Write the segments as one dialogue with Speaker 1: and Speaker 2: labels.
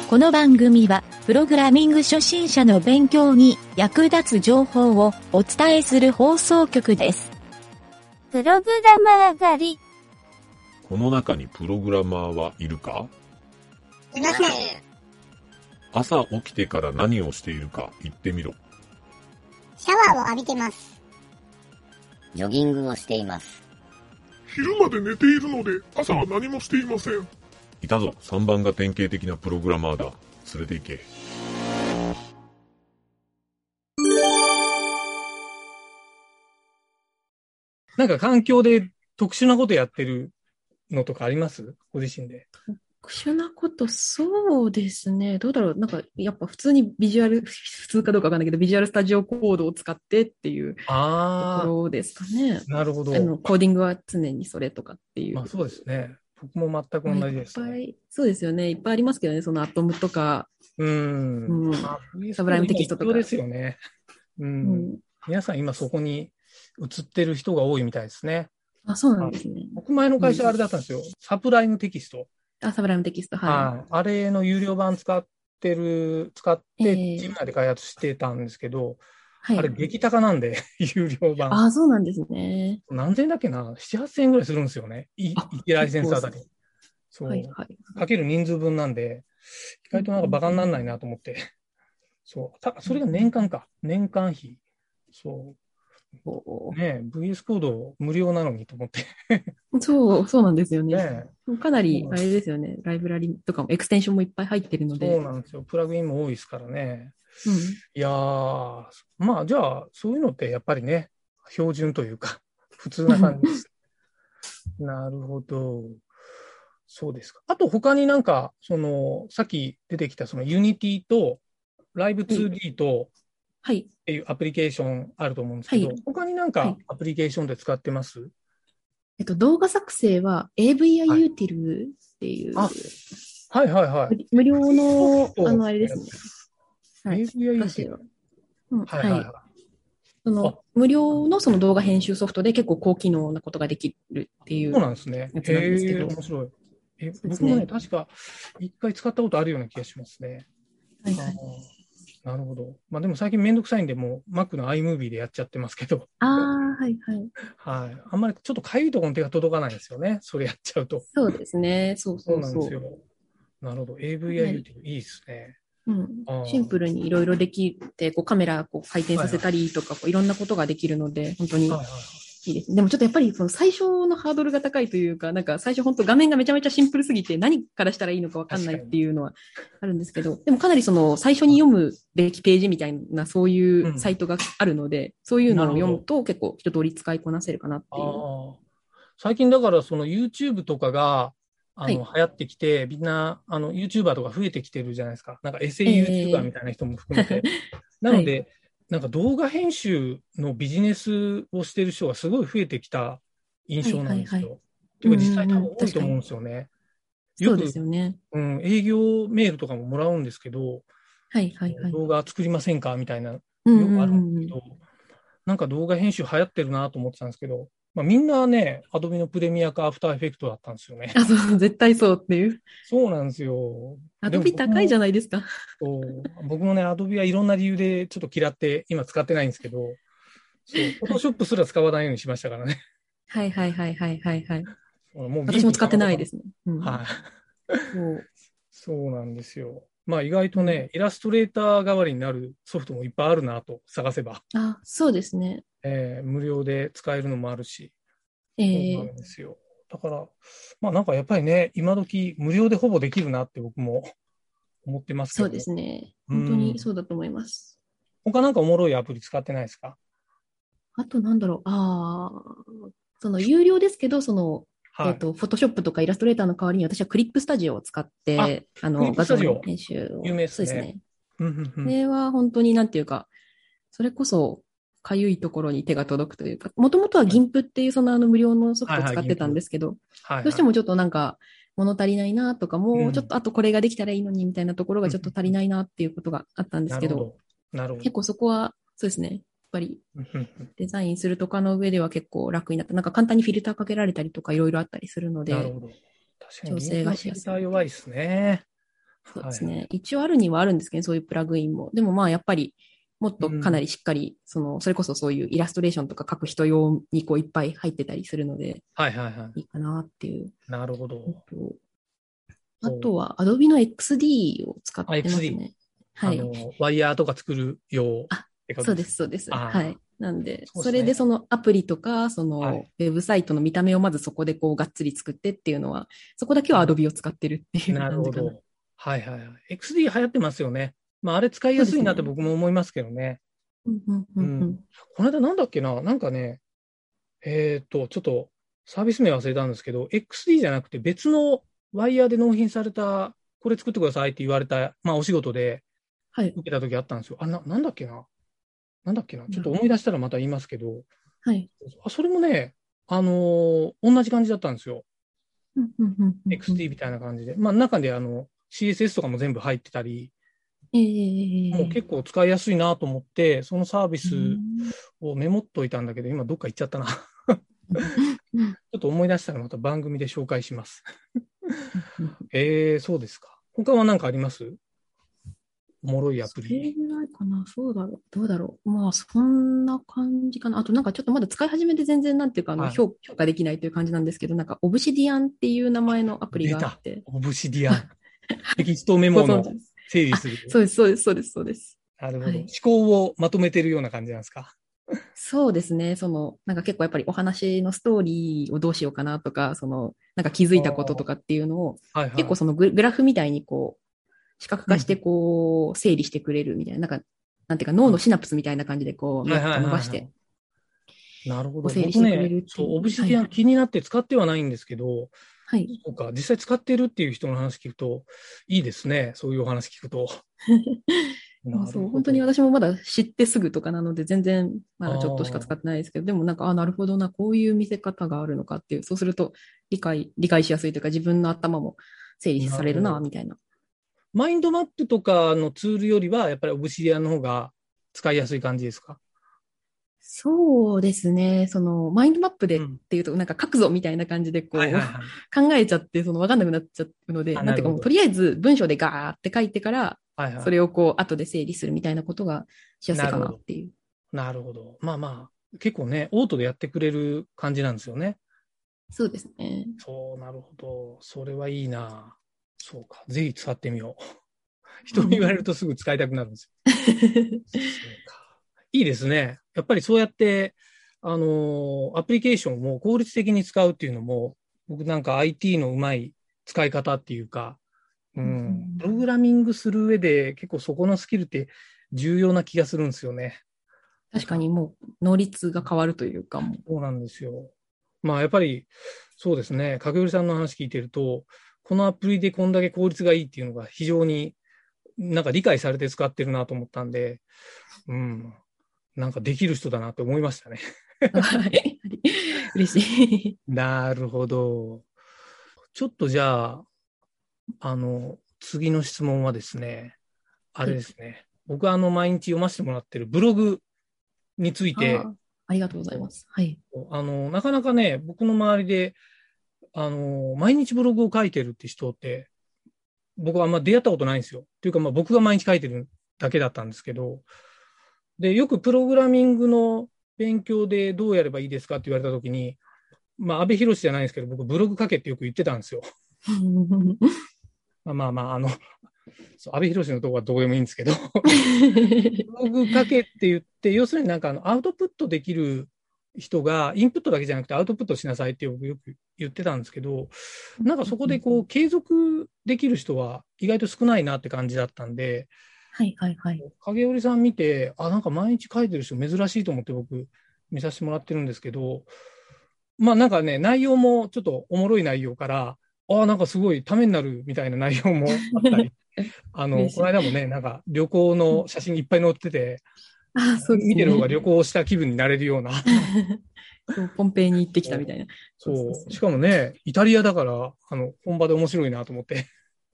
Speaker 1: この番組は、プログラミング初心者の勉強に役立つ情報をお伝えする放送局です。
Speaker 2: プログラマー狩り。
Speaker 3: この中にプログラマーはいるか？
Speaker 4: いません。
Speaker 3: 朝起きてから何をしているか言ってみろ。
Speaker 4: シャワーを浴びてます。
Speaker 5: ジョギングをしています。
Speaker 6: 昼まで寝ているので朝は何もしていません。
Speaker 3: いたぞ、3番が典型的なプログラマーだ。連れて行け。
Speaker 7: なんか環境で特殊なことやってるのとかあります？ご自身で。
Speaker 8: 特殊なこと、そうですね。どうだろう。なんか、やっぱ普通に普通かどうかわかんないけど、ビジュアルスタジオコードを使ってっていうところですかね。
Speaker 7: なるほど。
Speaker 8: コーディングは常にそれとかっていう。
Speaker 7: まあそうですね。僕も全く同じです、ね。
Speaker 8: そうですよね。いっぱいありますけどね。そのアトムとか、サブライムテキストとか。
Speaker 7: 必要ですよね。皆さん今そこに移ってる人が多いみたいですね。
Speaker 8: あ、そうなんですね。
Speaker 7: 僕前の会社あれだったんですよ。サブライムテキスト。
Speaker 8: サブライムテキスト、はい。
Speaker 7: あれの有料版使ってチーム内で開発してたんですけど、あれ激高なんで、有料版。
Speaker 8: あ、そうなんですね。
Speaker 7: 何千円だっけな ?7、8千円ぐらいするんですよね。1ライセンスあたり。そう。かける人数分なんで、意外となんかバカにならないなと思って。そう。それが年間か。年間費。そう。ねえ、VS コード無料なのにと思って。
Speaker 8: そうなんですよね。かなり、あれですよね。ライブラリとかも、エクステンションもいっぱい入ってるので。
Speaker 7: そうなんですよ。プラグインも多いですからね。いやー、まあじゃあ、そういうのってやっぱりね、標準というか、普通な感じです。なるほど。そうですか。あと他になんか、さっき出てきたUnity と Live2D と、っていうアプリケーションあると思うんですけど、他になんかアプリケーションで使ってます？
Speaker 8: 動画作成は AVI ユーティルっていう、無料の、あれですね。
Speaker 7: AVI ユーティル。
Speaker 8: 無料のその動画編集ソフトで結構高機能なことができるっていう。
Speaker 7: そうなんですね。面白い。僕もね、確か一回使ったことあるような気がしますね。なるほど。まあでも最近めんどくさいんで、もう Mac の iMovie でやっちゃってますけど。
Speaker 8: はい。
Speaker 7: あんまりちょっとかゆいところに手が届かないんですよね。それやっちゃうと。
Speaker 8: そうですね。そう
Speaker 7: なんですよ。なるほど。AVI っていいですね。
Speaker 8: シンプルにいろいろできて、カメラ回転させたりとか、いろんなことができるので、本当にいいです。でもちょっとやっぱりその最初のハードルが高いというか、なんか最初本当画面がめちゃめちゃシンプルすぎて何からしたらいいのかわかんないっていうのはあるんですけど、でもかなりその最初に読むべきページみたいなそういうサイトがあるので、そういうのを読むと結構一通り使いこなせるかなっていう。
Speaker 7: 最近だからその YouTube とかが流行ってきて、みんなYouTuber とか増えてきてるじゃないですか。なんかエセ YouTuber みたいな人も含めて。なので、なんか動画編集のビジネスをしてる人がすごい増えてきた印象なんですよ。ていうか実際多分多いと思うんですよね。
Speaker 8: そうですよね。
Speaker 7: 営業メールとかももらうんですけど、動画作りませんかみたいなよくあるんですけど、なんか動画編集流行ってるなと思ってたんですけど、まあ、みんなね、アドビのプレミアかアフターエフェクトだったんですよね。
Speaker 8: そう、絶対そうっていう。
Speaker 7: そうなんですよ。
Speaker 8: アドビ高いじゃないですか。
Speaker 7: 僕もね、アドビはいろんな理由でちょっと嫌って今使ってないんですけど、フォトショップすら使わないようにしましたからね。
Speaker 8: はい。もう私も使ってないですね。
Speaker 7: そうなんですよ。まあ意外とね、イラストレーター代わりになるソフトもいっぱいあるなと探せば。
Speaker 8: そうですね。
Speaker 7: 無料で使えるのもあるし。そうなんですよ。だから、まあなんかやっぱりね、今時無料でほぼできるなって僕も思ってますけど。
Speaker 8: そうですね。本当にそうだと思います。
Speaker 7: 他なんかおもろいアプリ使ってないですか？
Speaker 8: あとなんだろう。その有料ですけど、その、フォトショップとかイラストレーターの代わりに私はクリップスタジオを使って、画像の編集を。
Speaker 7: 有名ですね。
Speaker 8: そうですね。これは本当になんていうか、それこそ、かゆいところに手が届くというか、もともとは GIMP っていう無料のソフトを使ってたんですけど、どうしてもちょっとなんか物足りないなとか、もうちょっとあとこれができたらいいのにみたいなところがちょっと足りないなっていうことがあったんですけど、結構そこはそうですね、やっぱりデザインするとかの上では結構楽になった。なんか簡単にフィルターかけられたりとかいろいろあったりするので、
Speaker 7: 調整がしやすい。フィルター弱いですね。
Speaker 8: そうですね。一応あるにはあるんですけど、そういうプラグインも。でもまあやっぱり、もっとかなりしっかり、それこそそういうイラストレーションとか書く人用にこういっぱい入ってたりするので、
Speaker 7: はいはいはい。
Speaker 8: いいかなっていう。
Speaker 7: なるほど。
Speaker 8: あとは Adobe の XD を使ってますね。
Speaker 7: はい。ワイヤーとか作る用。
Speaker 8: そうです、そうです。はい。なんで、それでそのアプリとか、ウェブサイトの見た目をまずそこでこうがっつり作ってっていうのは、そこだけは Adobe を使ってるっていう感じかな。なるほど。
Speaker 7: はいはいはい。XD 流行ってますよね。まあ、あれ使いやすいなって僕も思いますけどね。この間なんだっけな、なんかね、ちょっとサービス名忘れたんですけど、XD じゃなくて別のワイヤーで納品された、これ作ってくださいって言われた、まあお仕事で受けた時あったんですよ。なんだっけな。ちょっと思い出したらまた言いますけど、
Speaker 8: はい。
Speaker 7: それもね、同じ感じだったんですよ。XD みたいな感じで。まあ中でCSS とかも全部入ってたり、もう結構使いやすいなと思って、そのサービスをメモっといたんだけど、今どっか行っちゃったな。ちょっと思い出したらまた番組で紹介します。そうですか。他は何かあります？おもろいアプリ。
Speaker 8: それぐらいかな。そうだろう。どうだろう。まあ、そんな感じかな。あとなんかちょっとまだ使い始めて全然なんていうか、評価できないという感じなんですけど、なんか、オブシディアンっていう名前のアプリがあって。
Speaker 7: オブシディアン。テキストメモの整理する。
Speaker 8: そうです、そうです、そうです、そうです。
Speaker 7: なるほど。思考をまとめてるような感じなんですか？
Speaker 8: そうですね。なんか結構やっぱりお話のストーリーをどうしようかなとか、なんか気づいたこととかっていうのを、結構グラフみたいにこう、視覚化してこう、整理してくれるみたいな、なんていうか脳のシナプスみたいな感じでこう、伸ばして。
Speaker 7: なるほど。
Speaker 8: 整理してくれるっていう。
Speaker 7: オブシディアン気になって使ってはないんですけど、
Speaker 8: はい。
Speaker 7: そうか、実際使ってるっていう人の話聞くと、いいですね。そういうお話聞くと。
Speaker 8: そう、本当に私もまだ知ってすぐとかなので、全然まだちょっとしか使ってないですけど、でもなんか、なるほどな、こういう見せ方があるのかっていう、そうすると理解しやすいというか、自分の頭も整理されるな、みたいな。
Speaker 7: マインドマップとかのツールよりは、やっぱりオブシディアンの方が使いやすい感じですか？
Speaker 8: そうですね。マインドマップでっていうと、なんか書くぞみたいな感じで、こう、考えちゃって、わかんなくなっちゃうので、なんていうかもう、とりあえず文章でガーって書いてから、それをこう、後で整理するみたいなことがしやすいかなっていう。
Speaker 7: なるほど。まあまあ、結構ね、オートでやってくれる感じなんですよね。
Speaker 8: そうですね。
Speaker 7: そう、なるほど。それはいいな。そうか。ぜひ使ってみよう。人に言われるとすぐ使いたくなるんですよ。そうか。いいですね。やっぱりそうやって、アプリケーションを効率的に使うっていうのも、僕なんか IT のうまい使い方っていうか、プログラミングする上で結構そこのスキルって重要な気がするんですよね。
Speaker 8: 確かにもう能率が変わるというかも。
Speaker 7: そうなんですよ。まあやっぱりそうですね。影織さんの話聞いてると、このアプリでこんだけ効率がいいっていうのが非常になんか理解されて使ってるなと思ったんで、なんかできる人だなって思いましたね。
Speaker 8: はい。嬉しい。
Speaker 7: なるほど。ちょっとじゃあ、次の質問はですね、あれですね。僕は毎日読ませてもらってるブログについて、
Speaker 8: ありがとうございます。はい。
Speaker 7: なかなかね、僕の周りで、毎日ブログを書いてるって人って、僕はあんま出会ったことないんですよ。っていうか、まあ僕が毎日書いてるだけだったんですけど、で、よくプログラミングの勉強でどうやればいいですかって言われたときに、まあ、安部寛じゃないんですけど、僕ブログ書けってよく言ってたんですよ。まあまあ、安部寛のとこはどうでもいいんですけど、ブログ書けって言って、要するになんかアウトプットできる人がインプットだけじゃなくてアウトプットしなさいって僕よく言ってたんですけど、なんかそこでこう継続できる人は意外と少ないなって感じだったんで、
Speaker 8: はいはいはい。
Speaker 7: 影織さん見て、なんか毎日書いてる人珍しいと思って僕見させてもらってるんですけど、まあなんかね、内容もちょっとおもろい内容から、なんかすごいためになるみたいな内容もあったり、この間もね、なんか旅行の写真いっぱい載ってて、そうですね、見てる方が旅行した気分になれるような。
Speaker 8: そう、ポンペイに行ってきたみたいな。
Speaker 7: そう。しかもね、イタリアだから、本場で面白いなと思って。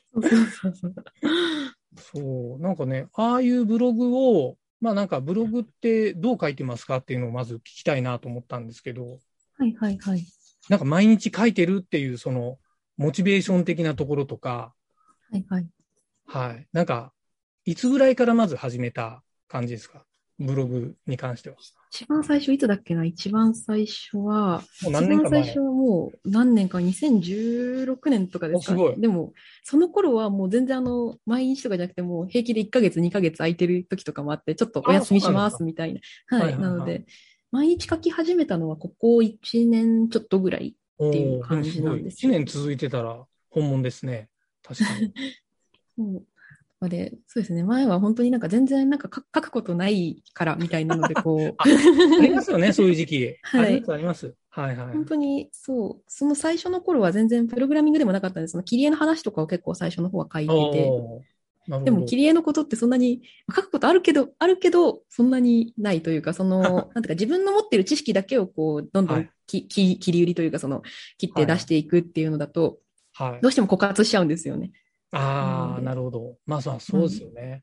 Speaker 7: そう。なんかね、ああいうブログを、まあなんかブログってどう書いてますかっていうのをまず聞きたいなと思ったんですけど。
Speaker 8: はいはいはい。
Speaker 7: なんか毎日書いてるっていうそのモチベーション的なところとか。
Speaker 8: はいはい。
Speaker 7: はい。なんか、いつぐらいからまず始めた感じですか？ブログに関しては。
Speaker 8: 一番最初いつだっけな？一番最初は、
Speaker 7: もう何年か前。
Speaker 8: 一番最初はもう何年か、2016年とかですかね。
Speaker 7: すごい。
Speaker 8: でも、その頃はもう全然毎日とかじゃなくてもう平気で1ヶ月、2ヶ月空いてる時とかもあって、ちょっとお休みしますみたいな。はい。なので、毎日書き始めたのはここ1年ちょっとぐらいっていう感じなんです
Speaker 7: よ。1年続いてたら本物ですね。確かに。
Speaker 8: そうですね。前は本当になんか全然なんか書くことないからみたいなので
Speaker 7: ありますよね、そういう時期。はい。あります。はいはい。
Speaker 8: 本当にそう。その最初の頃は全然プログラミングでもなかったんです。その切り絵の話とかを結構最初の方は書いてて。でも切り絵のことってそんなに書くことあるけど、そんなにないというか、なんていうか自分の持っている知識だけをこう、どんどん切り売りというか、切って出していくっていうのだと、どうしても枯渇しちゃうんですよね。
Speaker 7: ああ、なるほど。まあそうですよね。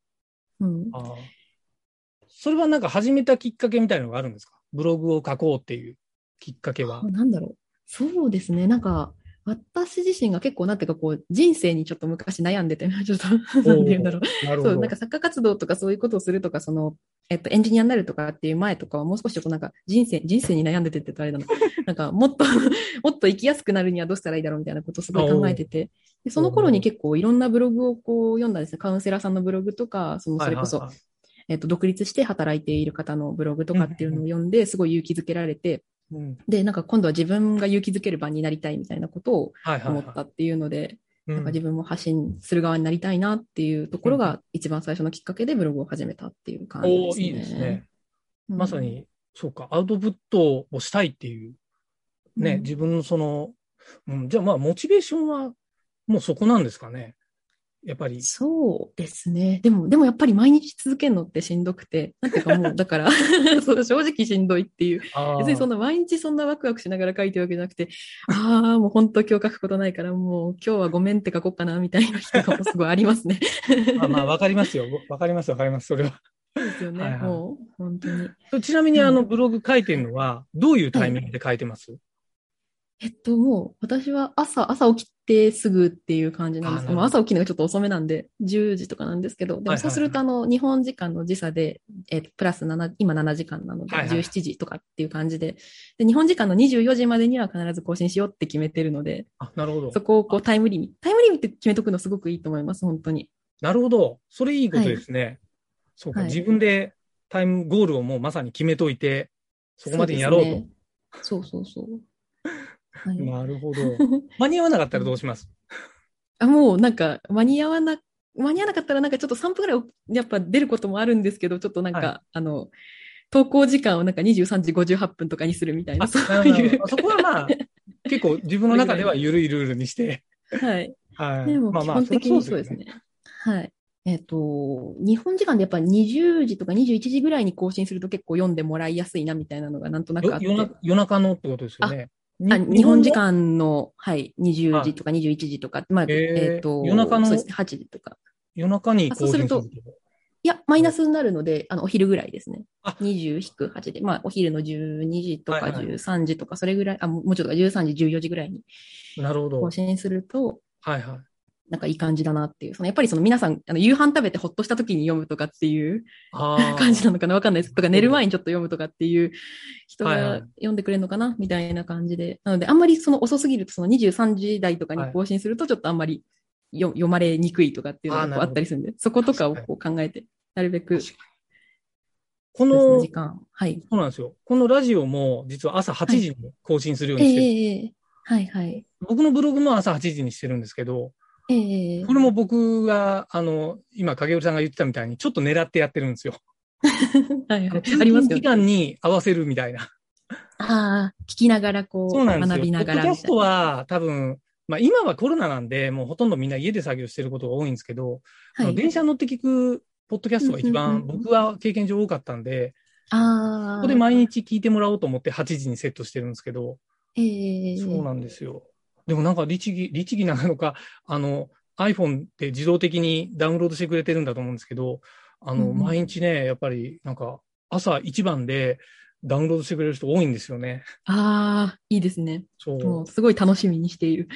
Speaker 7: それはなんか始めたきっかけみたいなのがあるんですか？ブログを書こうっていうきっかけは。
Speaker 8: なんだろう。そうですね。なんか、私自身が結構なんていうかこう、人生にちょっと昔悩んでて、ちょっと、なんていうんだろう。そう、なんか作家活動とかそういうことをするとか、エンジニアになるとかっていう前とかはもう少しちょっとなんか人生に悩んでてって言ったらあれだな。なんかもっと生きやすくなるにはどうしたらいいだろうみたいなことをすごい考えてて、でその頃に結構いろんなブログをこう読んだんですね。カウンセラーさんのブログとか、それこそ、独立して働いている方のブログとかっていうのを読んで、すごい勇気づけられて、で、なんか今度は自分が勇気づける場になりたいみたいなことを思ったっていうので、なんか自分も発信する側になりたいなっていうところが一番最初のきっかけでブログを始めたっていう感じですね。
Speaker 7: いいですね。まさに、そうか、アウトプットをしたいっていう、ね、自分のじゃあまあ、モチベーションはもうそこなんですかね。やっぱり。
Speaker 8: そうですね。でもやっぱり毎日続けるのってしんどくて、なんていうかもう、だから正直しんどいっていう。別にそんな毎日そんなワクワクしながら書いてるわけじゃなくて、もう本当今日書くことないから、もう今日はごめんって書こうかな、みたいな日とかもすごいありますね。
Speaker 7: まあ、わかりますよ。わかります、それは。
Speaker 8: そうですよね。もう、本当に。
Speaker 7: ちなみにブログ書いてるのは、どういうタイミングで書いてます？
Speaker 8: もう、私は朝起きてすぐっていう感じなんですけど、朝起きるのがちょっと遅めなんで、10時とかなんですけど、でもそうすると日本時間の時差で、プラス今7時間なので、17時とかっていう感じで、日本時間の24時までには必ず更新しようって決めてるので、
Speaker 7: なるほど。
Speaker 8: そこをこうタイムリミット決めとくのすごくいいと思います、本当に。
Speaker 7: なるほど。それいいことですね。そうか、自分でタイムゴールをもうまさに決めといて、そこまでにやろうと。
Speaker 8: そう。
Speaker 7: なるほど。間に合わなかったらどうします？
Speaker 8: もうなんか間に合わなかったらなんかちょっと3分ぐらいやっぱ出ることもあるんですけど、ちょっとなんか、投稿時間をなんか23時58分とかにするみたいな、そういう。
Speaker 7: そこはまあ、結構自分の中では緩いルールにして。
Speaker 8: はい。でも基本的にそうですね。はい。日本時間でやっぱ20時とか21時ぐらいに更新すると結構読んでもらいやすいなみたいなのがなんとなくあって。
Speaker 7: 夜中のってことですよね。
Speaker 8: 日本時間の、20時とか21時とか、
Speaker 7: 夜中の
Speaker 8: 8時とか。
Speaker 7: 夜中に更新すると。
Speaker 8: いや、マイナスになるので、お昼ぐらいですね。20-8で、お昼の12時とか13時とか、それぐらい、もうちょっと13時、14時ぐらいに。
Speaker 7: なるほど。
Speaker 8: 更新すると、なんかいい感じだなっていう。やっぱり皆さん、夕飯食べてほっとした時に読むとかっていう感じなのかなわかんないです。とか寝る前にちょっと読むとかっていう人が読んでくれるのかなみたいな感じで。なので、あんまり遅すぎると23時台とかに更新するとちょっとあんまり読まれにくいとかっていうのがあったりするんで、そことかをこう考えて、なるべく。
Speaker 7: この
Speaker 8: 時間。
Speaker 7: そうなんですよ。このラジオも実は朝8時に更新するようにしてる。僕のブログも朝8時にしてるんですけど、これも僕が、今、影織さんが言ってたみたいに、ちょっと狙ってやってるんですよ。ありますよ。時間に合わせるみたいな。
Speaker 8: 聞きながら
Speaker 7: そうなんですよ。
Speaker 8: 学びながら。
Speaker 7: ポッドキャストは多分、今はコロナなんで、もうほとんどみんな家で作業してることが多いんですけど、電車乗って聞くポッドキャストが一番、僕は経験上多かったんで、ここで毎日聞いてもらおうと思って8時にセットしてるんですけど、そうなんですよ。でもなんか律儀なのか、iPhone って自動的にダウンロードしてくれてるんだと思うんですけど、毎日ね、やっぱりなんか朝一番でダウンロードしてくれる人多いんですよね。
Speaker 8: いいですね。
Speaker 7: そう。
Speaker 8: もうすごい楽しみにしている。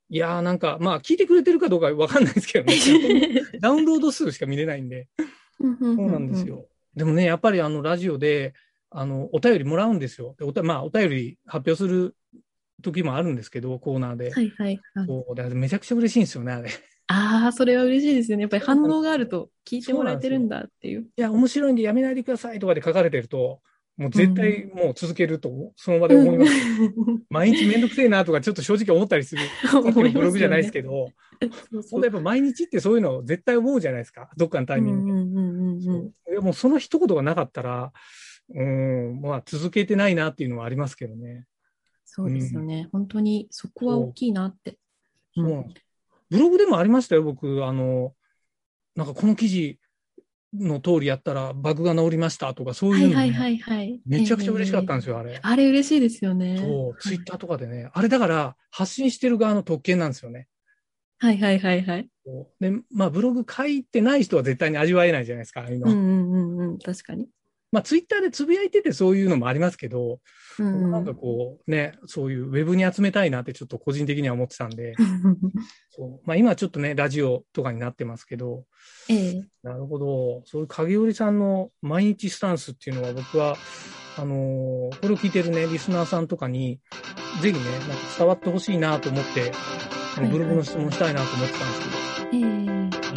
Speaker 7: いやーなんか、まあ聞いてくれてるかどうかわかんないですけどね。ダウンロード数しか見れないんで。そうなんですよ。でもね、やっぱりラジオで、お便りもらうんですよ。でまあお便り発表する時もあるんですけど、コーナーで。
Speaker 8: はいはいはい。
Speaker 7: そう。だからめちゃくちゃ嬉しいんですよね、あれ。
Speaker 8: ああ、それは嬉しいですよね。やっぱり反応があると聞いてもらえてるんだっていう。
Speaker 7: いや、面白いんでやめないでくださいとかで書かれてると、もう絶対もう続けると、その場で思います。毎日めんどくせえなとかちょっと正直思ったりする。さっきのブログじゃないですけど、そうやっぱ毎日ってそういうのを絶対思うじゃないですか。どっかのタイミングで。もうその一言がなかったら、まあ続けてないなっていうのはありますけどね。
Speaker 8: そうですよね。本当にそこは大きいなって。
Speaker 7: そうなんです。ブログでもありましたよ、僕。なんかこの記事の通りやったらバグが治りましたとか、そういうの、ね、めちゃくちゃ嬉しかったんですよ、あれ。
Speaker 8: あれ嬉しいですよね。
Speaker 7: そう、ツイッターとかでね。あれだから発信してる側の特権なんですよね。
Speaker 8: はい。
Speaker 7: で、まあブログ書いてない人は絶対に味わえないじゃないですか、ああいう
Speaker 8: の。確かに。
Speaker 7: まあツイッターでつぶやいててそういうのもありますけど、なんかこうね、そういうウェブに集めたいなってちょっと個人的には思ってたんで、そうまあ今ちょっとね、ラジオとかになってますけど、なるほど。そういう影織さんの毎日スタンスっていうのは僕は、これを聞いてるね、リスナーさんとかに、ぜひね、なんか伝わってほしいなと思って、ブログの質問したいなと思ってたんですけど。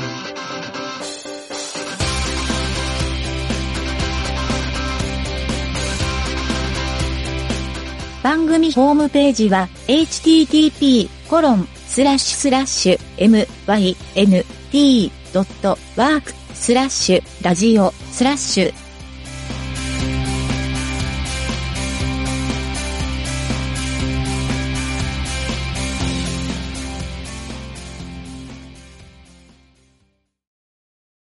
Speaker 1: 番組ホームページは http://myn.t.work/ラジオ/